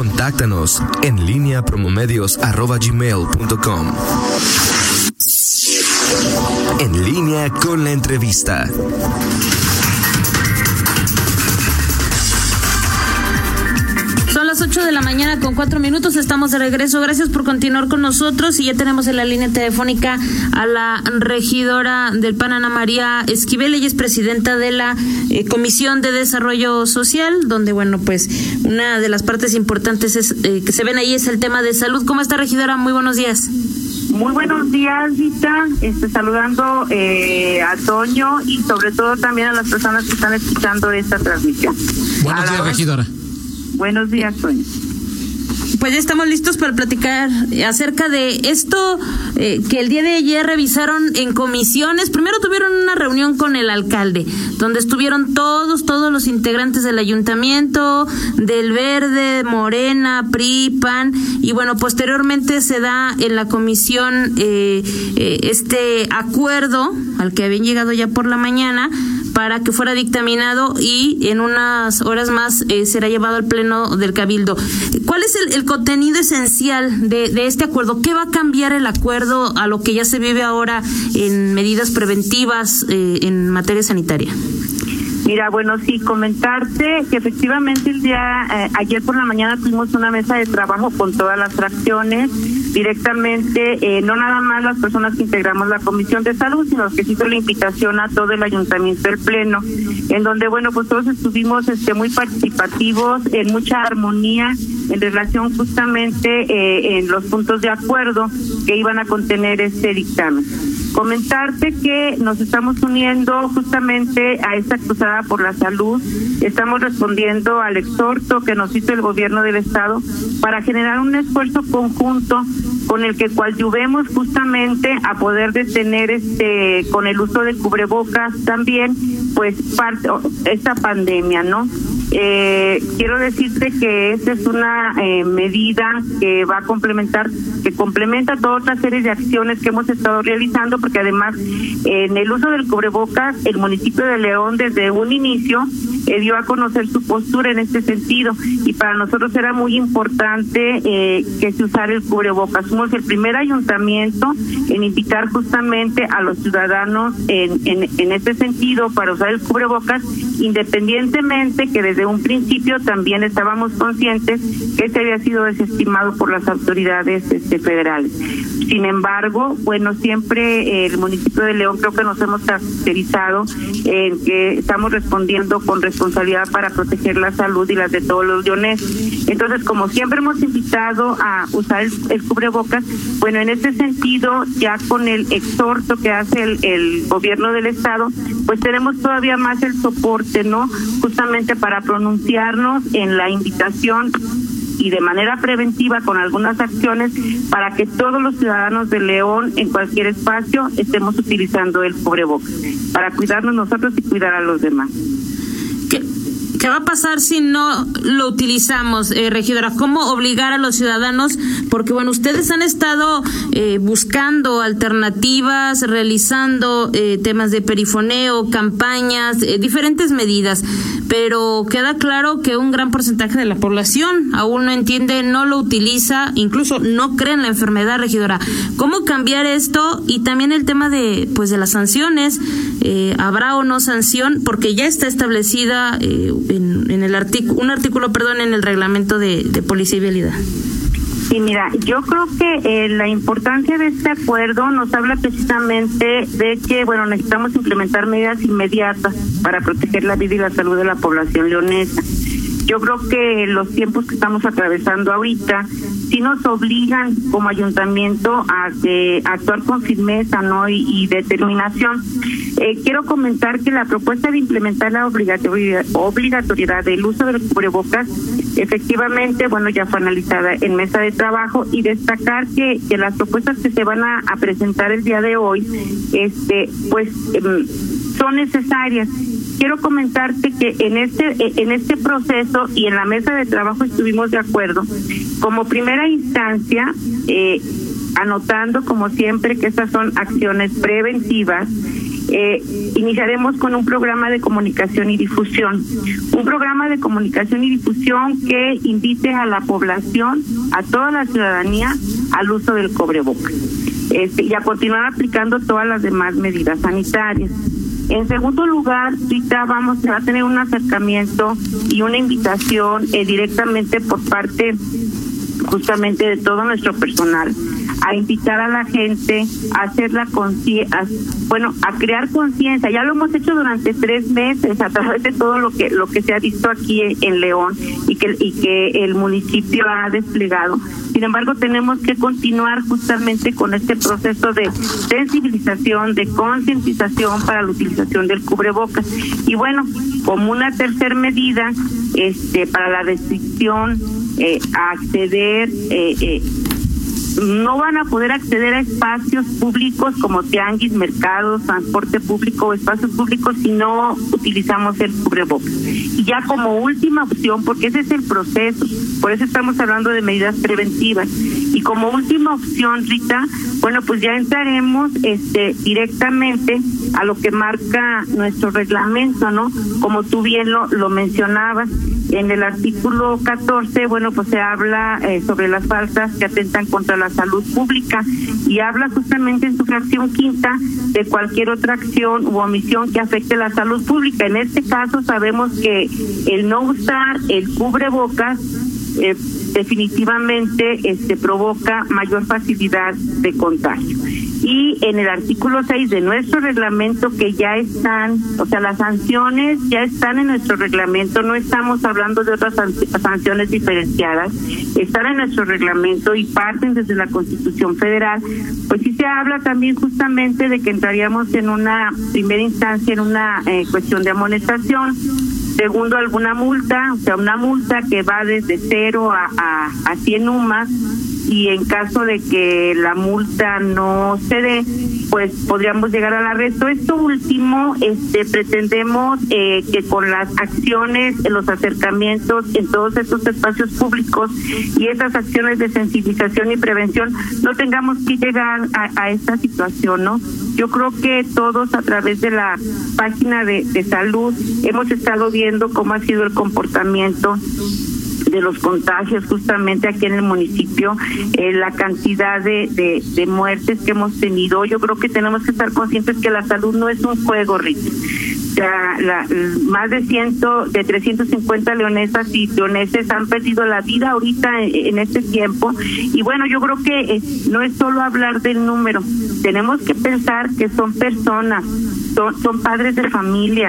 Contáctanos en línea promomedios@gmail.com. En línea con la entrevista. Son las 8 de la mañana con 4 minutos, estamos de regreso. Gracias por continuar con nosotros y ya tenemos en la línea telefónica a la regidora del PAN, Ana María Esquivel. Ella es presidenta de la Comisión de Desarrollo Social, donde, bueno, pues una de las partes importantes que se ven ahí es el tema de salud. ¿Cómo está, regidora? Muy buenos días. Muy buenos días, Rita. Saludando a Toño y sobre todo también a las personas que están escuchando esta transmisión. Buenos días, regidora. Buenos días, Toño. Pues ya estamos listos para platicar acerca de esto que el día de ayer revisaron en comisiones. Primero tuvieron una reunión con el alcalde, donde estuvieron todos los integrantes del ayuntamiento, del Verde, Morena, PRI, PAN, y bueno, posteriormente se da en la comisión este acuerdo al que habían llegado ya por la mañana para que fuera dictaminado y en unas horas más será llevado al pleno del Cabildo. ¿Cuál es el contenido esencial de este acuerdo? ¿Qué va a cambiar el acuerdo a lo que ya se vive ahora en medidas preventivas en materia sanitaria? Mira, bueno, sí, comentarte que efectivamente el día ayer por la mañana tuvimos una mesa de trabajo con todas las fracciones, directamente, no nada más las personas que integramos la Comisión de Salud, sino que se hizo la invitación a todo el ayuntamiento del Pleno, en donde, bueno, pues todos estuvimos muy participativos, en mucha armonía, en relación justamente en los puntos de acuerdo que iban a contener este dictamen. Comentarte que nos estamos uniendo justamente a esta cruzada por la salud, estamos respondiendo al exhorto que nos hizo el gobierno del estado para generar un esfuerzo conjunto con el que coadyuvemos justamente a poder detener con el uso de cubrebocas también pues esta pandemia, ¿no? Quiero decirte que esta es una medida que va a complementa toda otra serie de acciones que hemos estado realizando, porque además en el uso del cubrebocas el municipio de León desde un inicio dio a conocer su postura en este sentido, y para nosotros era muy importante que se usara el cubrebocas. Somos el primer ayuntamiento en invitar justamente a los ciudadanos en este sentido para usar el cubrebocas, independientemente que desde un principio también estábamos conscientes que este había sido desestimado por las autoridades federales. Sin embargo, bueno, siempre el municipio de León creo que nos hemos caracterizado en que estamos respondiendo con responsabilidad para proteger la salud y las de todos los leoneses. Entonces, como siempre hemos invitado a usar el cubrebocas, bueno, en este sentido, ya con el exhorto que hace el gobierno del estado, pues tenemos todavía más el soporte, ¿no? Justamente para pronunciarnos en la invitación y de manera preventiva con algunas acciones para que todos los ciudadanos de León en cualquier espacio estemos utilizando el cubrebocas para cuidarnos nosotros y cuidar a los demás. ¿Qué va a pasar si no lo utilizamos, regidora? ¿Cómo obligar a los ciudadanos? Porque, bueno, ustedes han estado buscando alternativas, realizando temas de perifoneo, campañas, diferentes medidas, pero queda claro que un gran porcentaje de la población aún no entiende, no lo utiliza, incluso no cree en la enfermedad, regidora. ¿Cómo cambiar esto? Y también el tema de las sanciones, ¿habrá o no sanción? Porque ya está establecida en el un artículo en el reglamento de policía y vialidad. Sí, mira, yo creo que la importancia de este acuerdo nos habla precisamente de que, bueno, necesitamos implementar medidas inmediatas para proteger la vida y la salud de la población leonesa. Yo creo que los tiempos que estamos atravesando ahorita sí nos obligan como ayuntamiento a actuar con firmeza, ¿no? y determinación. Quiero comentar que la propuesta de implementar la obligatoriedad del uso del cubrebocas, efectivamente, bueno, ya fue analizada en mesa de trabajo, y destacar que las propuestas que se van a presentar el día de hoy, son necesarias. Quiero comentarte que en este proceso y en la mesa de trabajo estuvimos de acuerdo, como primera instancia, anotando como siempre que estas son acciones preventivas, iniciaremos con un programa de comunicación y difusión. Un programa de comunicación y difusión que invite a la población, a toda la ciudadanía, al uso del cubrebocas. Y a continuar aplicando todas las demás medidas sanitarias. En segundo lugar, ahorita se va a tener un acercamiento y una invitación directamente por parte justamente de todo nuestro personal a invitar a la gente a hacer a crear conciencia. Ya lo hemos hecho durante 3 meses a través de todo lo que se ha visto aquí en León y que el municipio ha desplegado. Sin embargo, tenemos que continuar justamente con este proceso de sensibilización, de concientización para la utilización del cubrebocas. Y bueno, como una tercera medida, para la restricción a acceder, no van a poder acceder a espacios públicos como tianguis, mercados, transporte público o espacios públicos si no utilizamos el cubrebocas. Y ya como última opción, porque ese es el proceso, por eso estamos hablando de medidas preventivas. Y como última opción, Rita, bueno, pues ya entraremos directamente a lo que marca nuestro reglamento, ¿no? Como tú bien lo mencionabas, en el artículo 14, bueno, pues se habla sobre las faltas que atentan contra la salud pública y habla justamente en su fracción quinta de cualquier otra acción u omisión que afecte la salud pública. En este caso sabemos que el no usar el cubrebocas definitivamente provoca mayor facilidad de contagio. Y en el artículo 6 de nuestro reglamento, que ya están, o sea, las sanciones ya están en nuestro reglamento, no estamos hablando de otras sanciones diferenciadas, están en nuestro reglamento y parten desde la Constitución Federal, pues sí se habla también justamente de que entraríamos en una primera instancia en una cuestión de amonestación. Segundo, alguna multa, o sea, una multa que va desde 0 a 100 UMAS, y en caso de que la multa no se dé, pues podríamos llegar al arresto. Esto último, pretendemos que con las acciones, los acercamientos en todos estos espacios públicos y esas acciones de sensibilización y prevención, no tengamos que llegar a esta situación, ¿no? Yo creo que todos a través de la página de salud hemos estado viendo cómo ha sido el comportamiento de los contagios justamente aquí en el municipio, la cantidad de muertes que hemos tenido. Yo creo que tenemos que estar conscientes que la salud no es un juego, Rita. Más de 350 leonesas y leoneses han perdido la vida ahorita en este tiempo, y bueno, yo creo que no es solo hablar del número, tenemos que pensar que son personas, son padres de familia,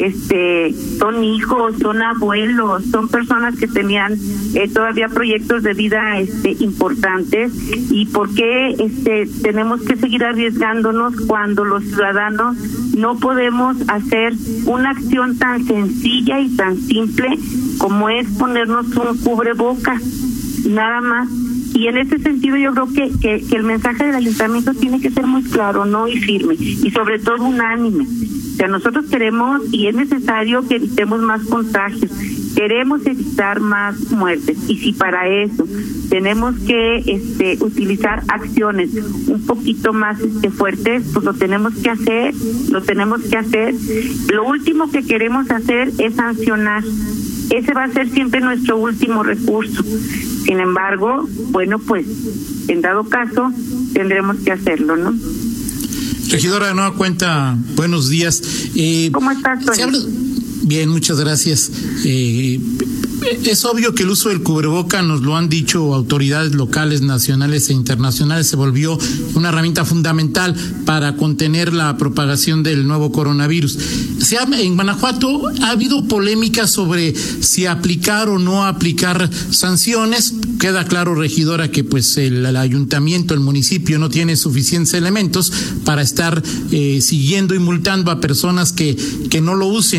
son hijos, son abuelos, son personas que tenían todavía proyectos de vida importantes. Y por qué tenemos que seguir arriesgándonos cuando los ciudadanos no podemos hacer una acción tan sencilla y tan simple como es ponernos un cubrebocas, nada más. Y en ese sentido yo creo que el mensaje del ayuntamiento tiene que ser muy claro, ¿no? Y firme, y sobre todo unánime. O sea, nosotros queremos y es necesario que evitemos más contagios, queremos evitar más muertes, y si para eso tenemos que utilizar acciones un poquito más fuertes, pues lo tenemos que hacer. Lo último que queremos hacer es sancionar. Ese va a ser siempre nuestro último recurso. Sin embargo, bueno, pues en dado caso tendremos que hacerlo, ¿no? Regidora de Nueva Cuenta, buenos días. ¿Cómo estás, Tony? Bien, muchas gracias. Es obvio que el uso del cubreboca, nos lo han dicho autoridades locales, nacionales e internacionales, se volvió una herramienta fundamental para contener la propagación del nuevo coronavirus. En Guanajuato ha habido polémica sobre si aplicar o no aplicar sanciones. Queda claro, regidora, que pues el ayuntamiento, el municipio no tiene suficientes elementos para estar siguiendo y multando a personas que no lo usen.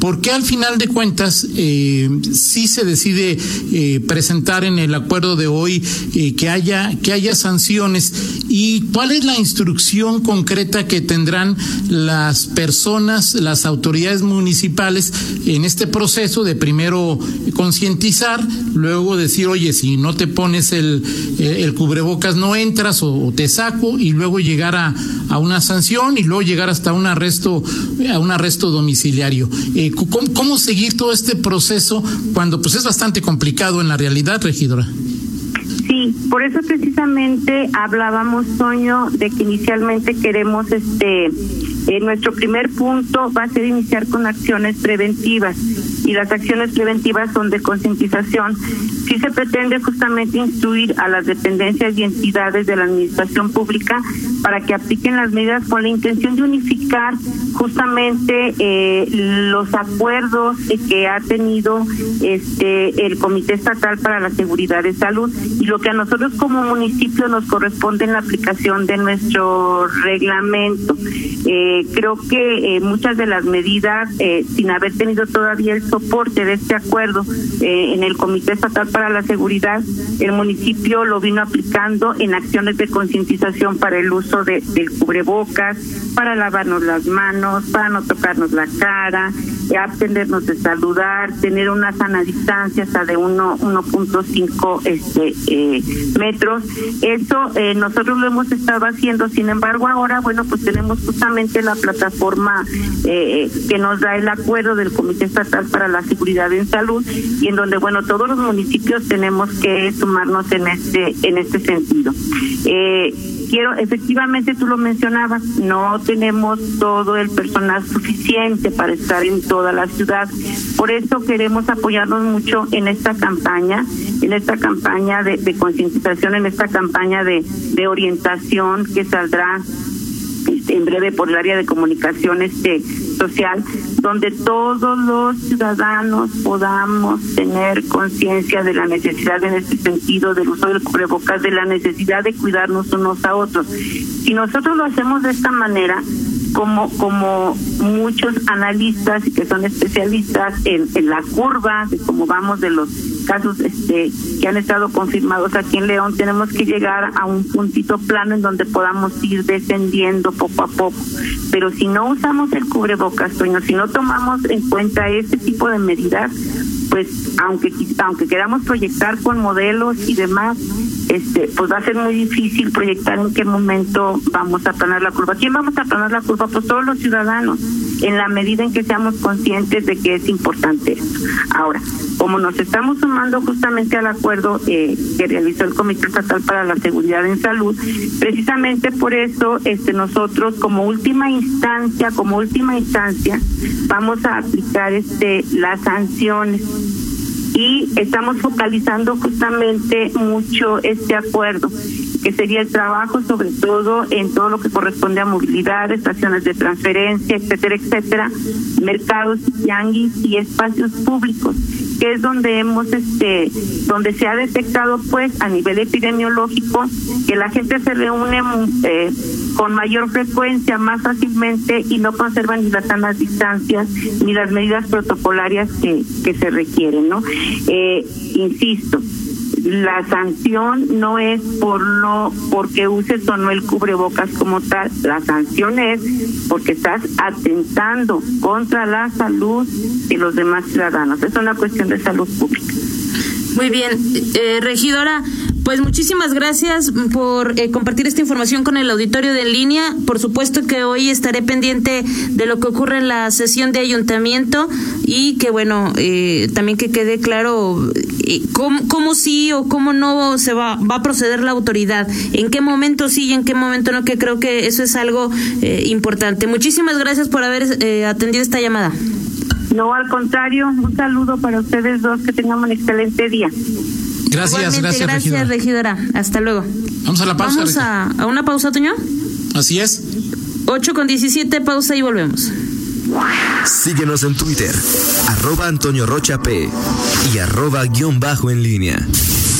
¿por qué al final de cuentas sí se decide presentar en el acuerdo de hoy que haya sanciones? ¿Y cuál es la instrucción concreta que tendrán las personas, las autoridades municipales en este proceso de primero concientizar, luego decir, oye, si no te pones el cubrebocas no entras o te saco, y luego llegar a una sanción y luego llegar hasta un arresto domiciliario? ¿Cómo seguir todo este proceso cuando pues es bastante complicado en la realidad, regidora? Sí, por eso precisamente hablábamos, Toño, de que inicialmente queremos nuestro primer punto va a ser iniciar con acciones preventivas, y las acciones preventivas son de concientización. Sí se pretende justamente instruir a las dependencias y entidades de la administración pública para que apliquen las medidas con la intención de unificar justamente los acuerdos que ha tenido el Comité Estatal para la Seguridad de Salud, y lo que a nosotros como municipio nos corresponde en la aplicación de nuestro reglamento. Creo que muchas de las medidas, sin haber tenido todavía el soporte de este acuerdo en el Comité Estatal para la Seguridad, el municipio lo vino aplicando en acciones de concientización para el uso del cubrebocas, para lavarnos las manos, para no tocarnos la cara, abstenernos de saludar, tener una sana distancia hasta de 1.5 metros. Eso nosotros lo hemos estado haciendo. Sin embargo, ahora, bueno, pues tenemos justamente la plataforma que nos da el acuerdo del Comité Estatal para la Seguridad en Salud, y en donde, bueno, todos los municipios tenemos que sumarnos en este sentido. Efectivamente, tú lo mencionabas, no tenemos todo el personal suficiente para estar en toda la ciudad. Por eso queremos apoyarnos mucho en esta campaña de concientización, en esta campaña de orientación que saldrá en breve por el área de comunicación social, donde todos los ciudadanos podamos tener conciencia de la necesidad en este sentido del uso del cubrebocas, de la necesidad de cuidarnos unos a otros. Si nosotros lo hacemos de esta manera, como muchos analistas y que son especialistas en la curva de cómo vamos de los casos que han estado confirmados aquí en León, tenemos que llegar a un puntito plano en donde podamos ir descendiendo poco a poco. Pero si no usamos el cubrebocas, Toño, si no tomamos en cuenta este tipo de medidas, pues aunque queramos proyectar con modelos y demás, pues va a ser muy difícil proyectar en qué momento vamos a aplanar la curva. ¿Quién vamos a aplanar la curva? Pues todos los ciudadanos, en la medida en que seamos conscientes de que es importante esto. Ahora, como nos estamos sumando justamente al acuerdo que realizó el Comité Estatal para la Seguridad en Salud, precisamente por eso nosotros como última instancia vamos a aplicar las sanciones. Y estamos focalizando justamente mucho este acuerdo, que sería el trabajo sobre todo en todo lo que corresponde a movilidad, estaciones de transferencia, etcétera, mercados, tianguis y espacios públicos, que es donde donde se ha detectado pues a nivel epidemiológico que la gente se reúne con mayor frecuencia, más fácilmente, y no conservan ni las sanas distancias ni las medidas protocolarias que se requieren, ¿no? Insisto, la sanción no es porque uses o no el cubrebocas como tal, la sanción es porque estás atentando contra la salud de los demás ciudadanos. Es una cuestión de salud pública. Muy bien, regidora, pues muchísimas gracias por compartir esta información con el auditorio de En Línea. Por supuesto que hoy estaré pendiente de lo que ocurre en la sesión de ayuntamiento, y que bueno, también que quede claro cómo sí o cómo no se va a proceder la autoridad, en qué momento sí y en qué momento no, que creo que eso es algo importante. Muchísimas gracias por haber atendido esta llamada. No, al contrario, un saludo para ustedes dos, que tengan un excelente día. Gracias, regidora. Hasta luego. Vamos a la pausa. Vamos a una pausa, Toño. Así es. 8:17, pausa y volvemos. Síguenos en Twitter, @AntonioRochaP y @_en línea.